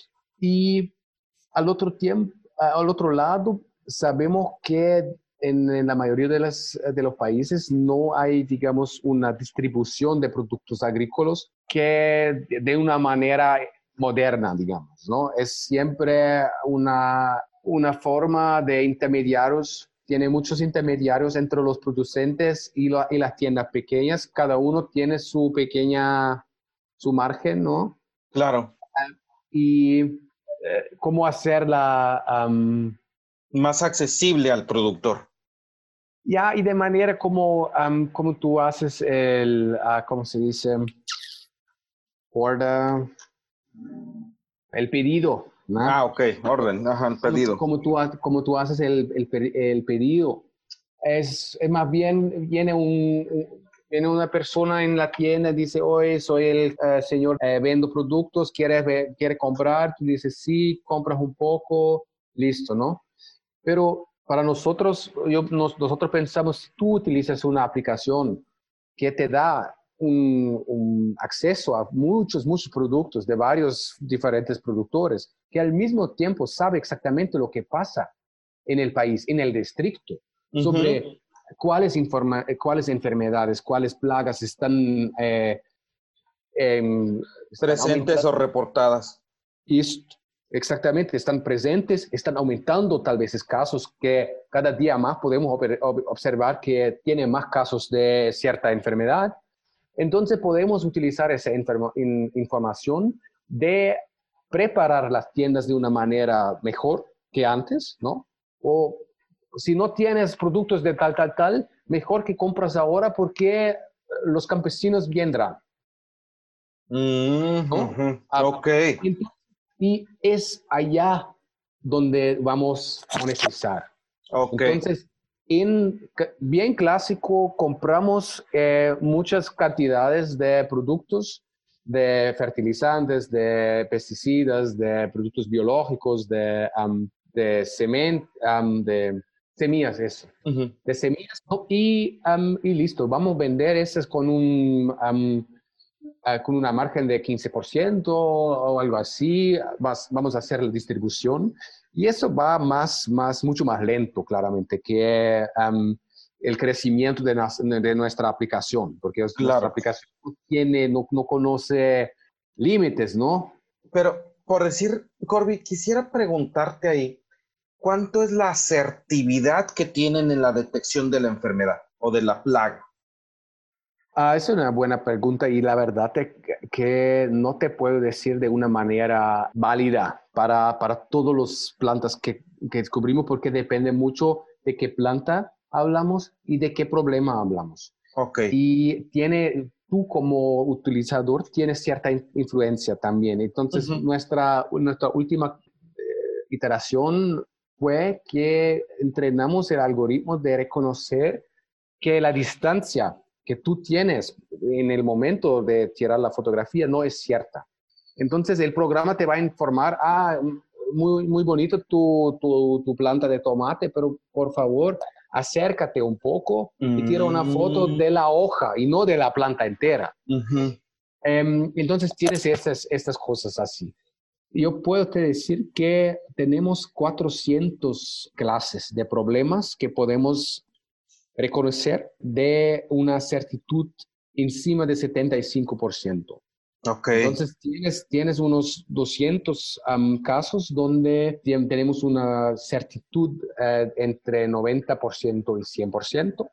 Y al otro tiempo, uh, al otro lado, sabemos que en, en la mayoría de, las, de los países no hay, digamos, una distribución de productos agrícolas que de, de una manera moderna, digamos, ¿no? Es siempre una, una forma de intermediarios, tiene muchos intermediarios entre los producentes y, lo, y las tiendas pequeñas, cada uno tiene su pequeña, su margen, ¿no? Claro. Y eh, cómo hacerla... Um, más accesible al productor. Ya, y de manera como, um, como tú haces el, uh, ¿cómo se dice? Order, el pedido, ¿no? Ah, ok, orden, ajá, el pedido. Como, como, tú, como tú haces el, el, el pedido. Es, es más bien, viene, un, viene una persona en la tienda y dice, oye, soy el uh, señor, eh, vendo productos, ¿quieres, quiere comprar? Tú dices, sí, compras un poco, listo, ¿no? Pero para nosotros, yo, nos, nosotros pensamos, si tú utilizas una aplicación que te da un, un acceso a muchos, muchos productos de varios diferentes productores, que al mismo tiempo sabe exactamente lo que pasa en el país, en el distrito, uh-huh. sobre cuáles, informa, cuáles enfermedades, cuáles plagas están, eh, eh, están presentes o reportadas. Y exactamente, están presentes, están aumentando tal vez casos que cada día más podemos observar que tienen más casos de cierta enfermedad. Entonces podemos utilizar esa información de preparar las tiendas de una manera mejor que antes, ¿no? O si no tienes productos de tal, tal, tal, mejor que compras ahora porque los campesinos vendrán, Mm, ¿no? ujú. Ah, Ok, y es allá donde vamos a monetizar. ok. Entonces, en bien clásico, compramos eh, muchas cantidades de productos, de fertilizantes, de pesticidas, de productos biológicos, de, um, de cemento, um, de semillas, eso. Ujú. De semillas, ¿no? y, um, y listo, vamos a vender esas con un... Um, uh, con una margen de quince por ciento o algo así, vas, vamos a hacer la distribución y eso va más, más, mucho más lento, claramente, que um, el crecimiento de, nas, de, nuestra aplicación, porque nuestra Claro. aplicación no, tiene, no, no conoce límites, ¿no? Pero por decir, Corby, quisiera preguntarte ahí, ¿cuánto es la asertividad que tienen en la detección de la enfermedad o de la plaga? Ah, es una buena pregunta y la verdad es que no te puedo decir de una manera válida para, para todas las plantas que, que descubrimos porque depende mucho de qué planta hablamos y de qué problema hablamos. Ok. Y tiene, tú como utilizador tienes cierta influencia también. Entonces, Ujú. nuestra, nuestra última eh, iteración fue que entrenamos el algoritmo de reconocer que la distancia que tú tienes en el momento de tirar la fotografía no es cierta. Entonces el programa te va a informar, ah, muy, muy bonito tu, tu, tu planta de tomate, pero por favor acércate un poco y tira una foto Mm, de la hoja y no de la planta entera. ujú. Um, entonces tienes estas, estas cosas así. Yo puedo te decir que tenemos cuatrocientas clases de problemas que podemos reconocer de una certitud encima de setenta y cinco por ciento. Ok. Entonces, tienes, tienes unos doscientos um, casos donde tenemos una certitud uh, entre noventa por ciento y cien por ciento.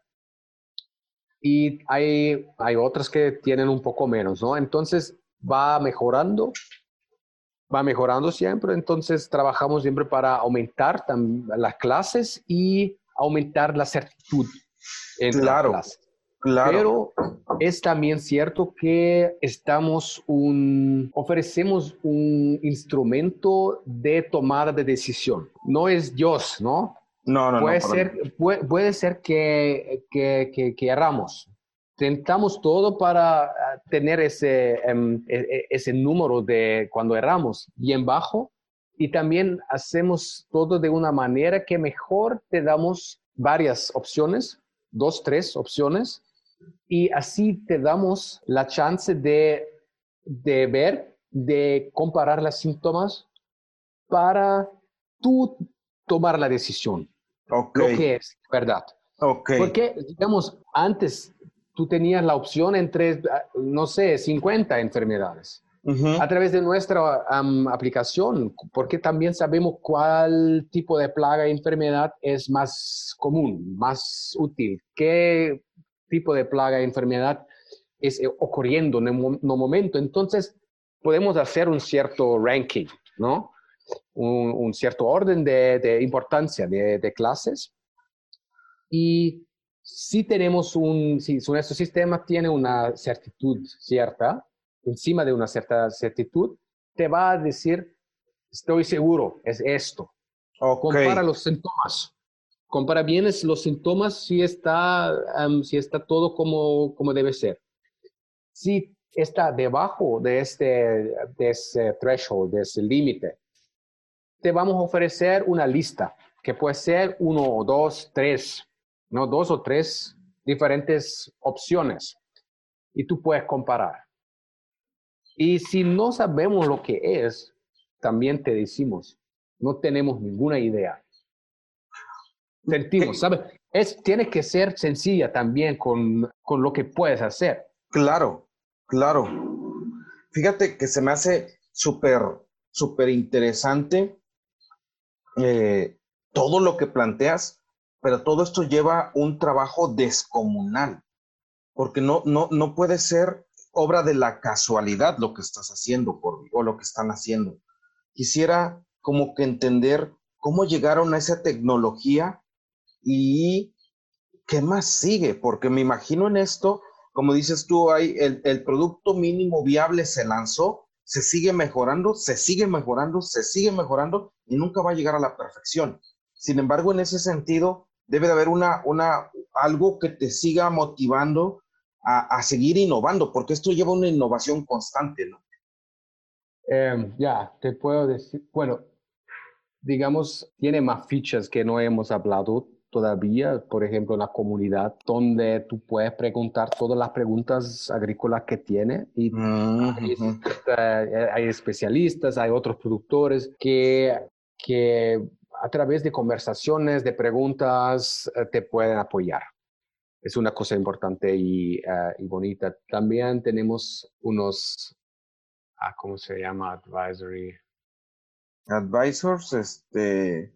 Y hay, hay otras que tienen un poco menos, ¿no? Entonces, va mejorando, va mejorando siempre. Entonces, trabajamos siempre para aumentar las clases y aumentar la certitud entre las Claro, clases. claro. Pero es también cierto que estamos un, ofrecemos un instrumento de tomada de decisión. No es Dios, ¿no? No, no, no, Puede para nada. ser, puede, puede ser que, que, que, que erramos. Tentamos todo para tener ese, um, ese número de cuando erramos bien bajo y también hacemos todo de una manera que mejor te damos varias opciones, dos, tres opciones, y así te damos la chance de, de ver, de comparar los síntomas para tú tomar la decisión, Ok, lo que es verdad. ok. Porque, digamos, antes tú tenías la opción entre, no sé, cincuenta enfermedades. A Ujú. través de nuestra um, aplicación, porque también sabemos cuál tipo de plaga y enfermedad es más común, más útil, qué tipo de plaga y enfermedad es eh, ocurriendo en un no momento. Entonces, podemos hacer un cierto ranking, ¿no? Un, un cierto orden de, de importancia de, de clases. Y si tenemos un, si nuestro sistema tiene una certitud cierta, encima de una cierta certitud, te va a decir, estoy seguro, es esto. Ok, Compara los síntomas. Compara bien los síntomas si está, um, si está todo como, como debe ser. Si está debajo de este, de ese threshold, de ese límite, te vamos a ofrecer una lista que puede ser uno o dos, tres, no dos o tres diferentes opciones y tú puedes comparar. Y si no sabemos lo que es, también te decimos, no tenemos ninguna idea. Sentimos, Eh, ¿sabes? Es, tiene que ser sencilla también con, con lo que puedes hacer. claro, claro. Fíjate que se me hace súper, súper interesante eh, todo lo que planteas, pero todo esto lleva un trabajo descomunal, porque no, no, no puede ser obra de la casualidad lo que estás haciendo, por, o lo que están haciendo. quisiera como que entender cómo llegaron a esa tecnología y qué más sigue, porque me imagino en esto, como dices tú, hay el, el producto mínimo viable se lanzó, se sigue mejorando, se sigue mejorando, se sigue mejorando y nunca va a llegar a la perfección. Sin embargo, en ese sentido, debe de haber una, una, algo que te siga motivando a, a seguir innovando, porque esto lleva una innovación constante, ¿no? Eh, ya, te puedo decir, bueno, digamos, tiene más fichas que no hemos hablado todavía, por ejemplo, la comunidad, donde tú puedes preguntar todas las preguntas agrícolas que tiene y hay, Mm-hmm. eh, hay especialistas, hay otros productores que, que a través de conversaciones, de preguntas, eh, te pueden apoyar. Es una cosa importante y, uh, y bonita. También tenemos unos, ah, ¿cómo se llama? Advisory. Advisors, este...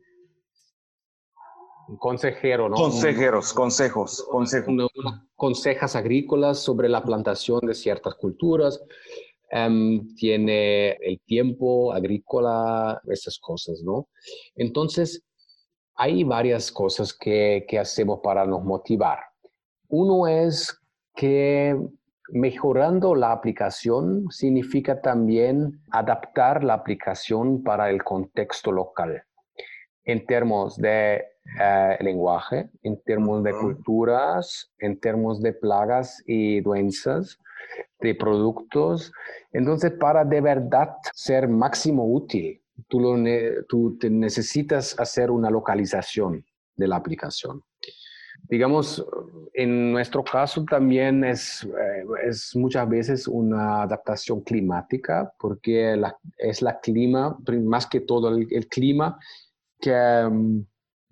Un consejero, ¿no? Consejeros, consejos, consejos. Una, una consejas agrícolas sobre la plantación de ciertas culturas. Um, tiene el tiempo agrícola, esas cosas, ¿no? Entonces, hay varias cosas que, que hacemos para nos motivar. Uno es que mejorando la aplicación significa también adaptar la aplicación para el contexto local, en términos de uh, lenguaje, en términos de culturas, en términos de plagas y doenças, de productos. Entonces, para de verdad ser máximo útil, tú, lo ne- tú te necesitas hacer una localización de la aplicación. Digamos, en nuestro caso también es, eh, es muchas veces una adaptación climática, porque la, es la clima, más que todo el, el clima, que, um,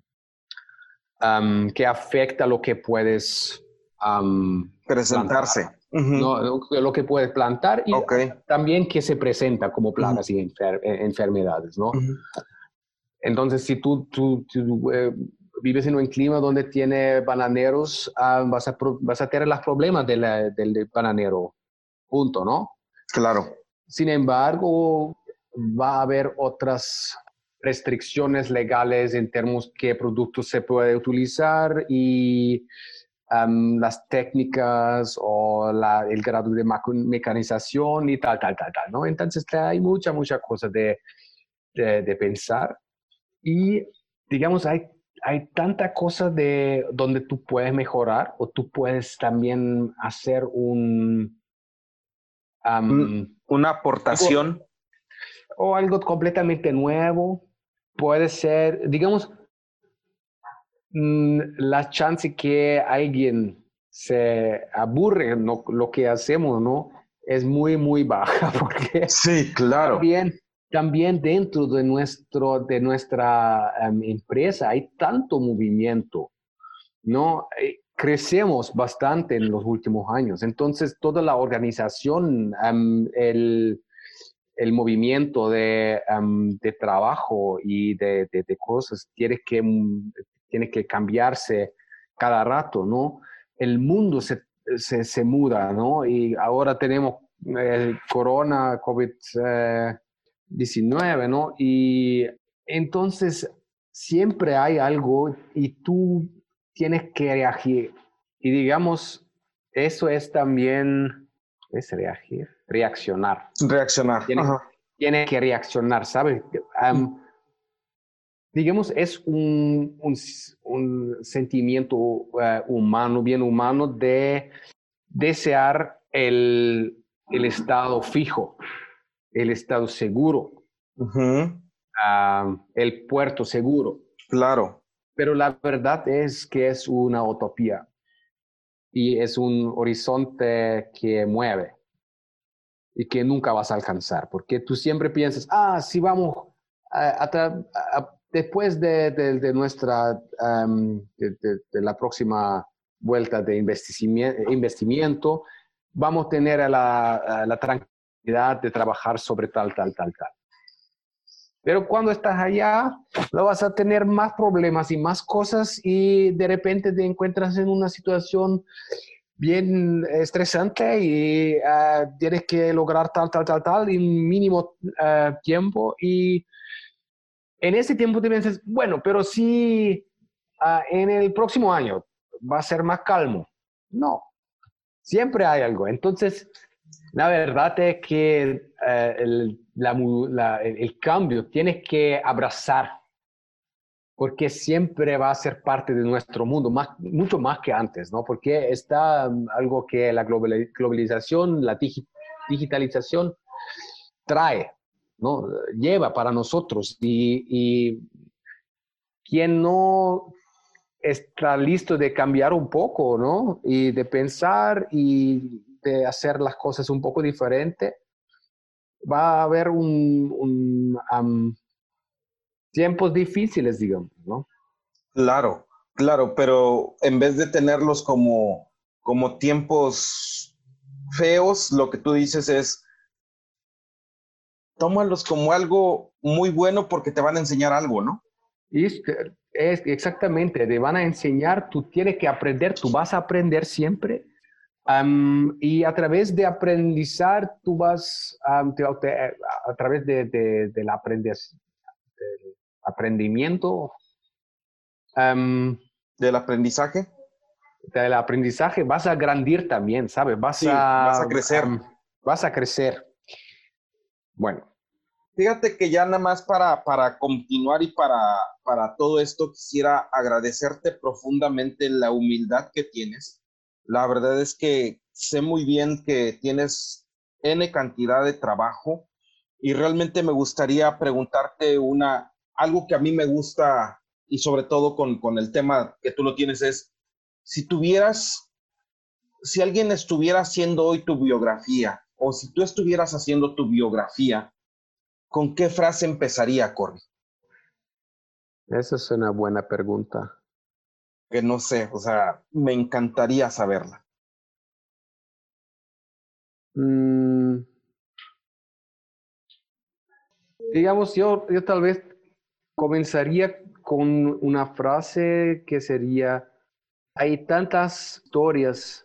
um, que afecta lo que puedes um, Presentarse. plantar, Uh-huh. ¿no? Lo que puedes plantar y okay. también que se presenta como plagas Uh-huh. y enfer enfermedades, ¿no? Uh-huh. Entonces, si tú, tú, tú eh, vives en un clima donde tiene bananeros, uh, vas, a vas a tener los problemas de la, del, del bananero, punto, ¿no? Claro. Sin embargo, va a haber otras restricciones legales en términos de qué productos se puede utilizar y um, las técnicas o la, el grado de mecanización y tal, tal, tal, tal, ¿no? Entonces hay mucha, mucha cosa de, de, de pensar y, digamos, hay, hay tanta cosa de donde tú puedes mejorar o tú puedes también hacer un... Um, una aportación. O algo completamente nuevo. Puede ser, digamos, mmm, la chance que alguien se aburre no, lo que hacemos, ¿no? Es muy, muy baja, porque sí, claro. también, también dentro de, nuestro, de nuestra um, empresa hay tanto movimiento, ¿no? Eh, crecemos bastante en los últimos años, entonces toda la organización, um, el el movimiento de, um, de trabajo y de, de, de cosas tiene que, tiene que cambiarse cada rato, ¿no? El mundo se, se, se muda, ¿no? Y ahora tenemos eh, corona, COVID diecinueve, ¿no? Y entonces siempre hay algo y tú tienes que reagir. Y digamos, eso es también, es reagir, reaccionar. Reaccionar. Tiene, tiene que reaccionar, ¿sabes? Um, digamos, es un, un, un sentimiento uh, humano, bien humano, de desear el, el estado fijo, el estado seguro, uh-huh. uh, el puerto seguro. Claro. Pero la verdad es que es una utopía y es un horizonte que mueve y que nunca vas a alcanzar, porque tú siempre piensas, ah, si vamos a, a, a, después de, de, de nuestra, um, de, de, de la próxima vuelta de investimiento, investimiento vamos a tener a la, a la tranquilidad de trabajar sobre tal, tal, tal, tal. Pero cuando estás allá, lo vas a tener más problemas y más cosas y de repente te encuentras en una situación bien estresante y uh, tienes que lograr tal, tal, tal, tal en mínimo uh, tiempo y en ese tiempo te piensas, bueno, pero si uh, en el próximo año va a ser más calmo. No, siempre hay algo. Entonces, la verdad es que uh, el, la, la, el, el cambio tienes que abrazar porque siempre va a ser parte de nuestro mundo, más, mucho más que antes, ¿no? Porque está um, algo que la globalización, la digi digitalización trae, ¿no? Lleva para nosotros y, y quien no está listo de cambiar un poco, ¿no? Y de pensar y de hacer las cosas un poco diferente, va a haber un, un um, tiempos difíciles, digamos, ¿no? Claro, claro, pero en vez de tenerlos como, como tiempos feos, lo que tú dices es, tómalos como algo muy bueno porque te van a enseñar algo, ¿no? Y es, es exactamente, te van a enseñar, tú tienes que aprender, tú vas a aprender siempre. Um, y a través de aprendizar, tú vas um, te, te, a través de, de, del, aprendiz, del aprendimiento, um, Del aprendizaje. del aprendizaje, vas a grandir también, ¿sabes? Vas Sí, vas a, a crecer. um, vas a crecer. Bueno. Fíjate que ya nada más para, para continuar y para, para todo esto quisiera agradecerte profundamente la humildad que tienes. La verdad es que sé muy bien que tienes N cantidad de trabajo y realmente me gustaría preguntarte una, algo que a mí me gusta y sobre todo con, con el tema que tú lo tienes es, si tuvieras, si alguien estuviera haciendo hoy tu biografía o si tú estuvieras haciendo tu biografía, ¿con qué frase empezaría, Corby? Esa es una buena pregunta. Que no sé, o sea, me encantaría saberla. Mm, digamos, yo, yo tal vez comenzaría con una frase que sería, hay tantas historias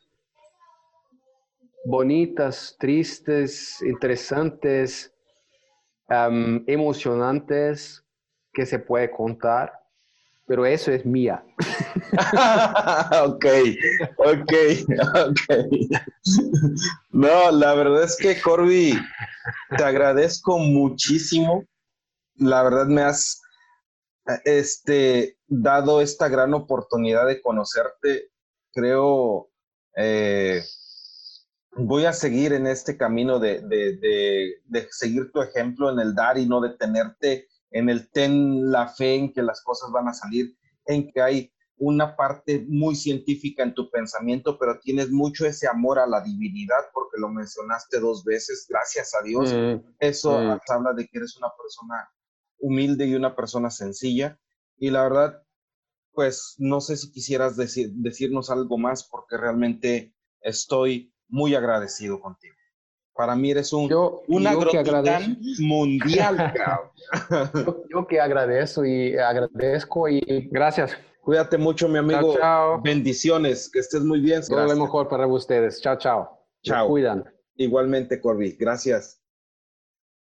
bonitas, tristes, interesantes, um, emocionantes que se puede contar, pero eso es mía. ok, ok, ok. No, la verdad es que, Corby, te agradezco muchísimo. La verdad me has este, dado esta gran oportunidad de conocerte. Creo, eh, voy a seguir en este camino de, de, de, de seguir tu ejemplo en el dar y no detenerte, en el ten la fe en que las cosas van a salir, en que hay una parte muy científica en tu pensamiento, pero tienes mucho ese amor a la divinidad, porque lo mencionaste dos veces, gracias a Dios. Mm, Eso mm. habla de que eres una persona humilde y una persona sencilla. Y la verdad, pues no sé si quisieras decir, decirnos algo más, porque realmente estoy muy agradecido contigo. Para mí eres un, Yo, un yo que agradezco. agrotitán mundial, cabrón. yo, yo que agradezco y agradezco y gracias. Cuídate mucho, mi Chao, amigo. chao. Bendiciones, que estés muy bien. Todo lo Gracias. mejor para ustedes. Chao, chao. Me Chao. cuidan. Igualmente, Corby. Gracias.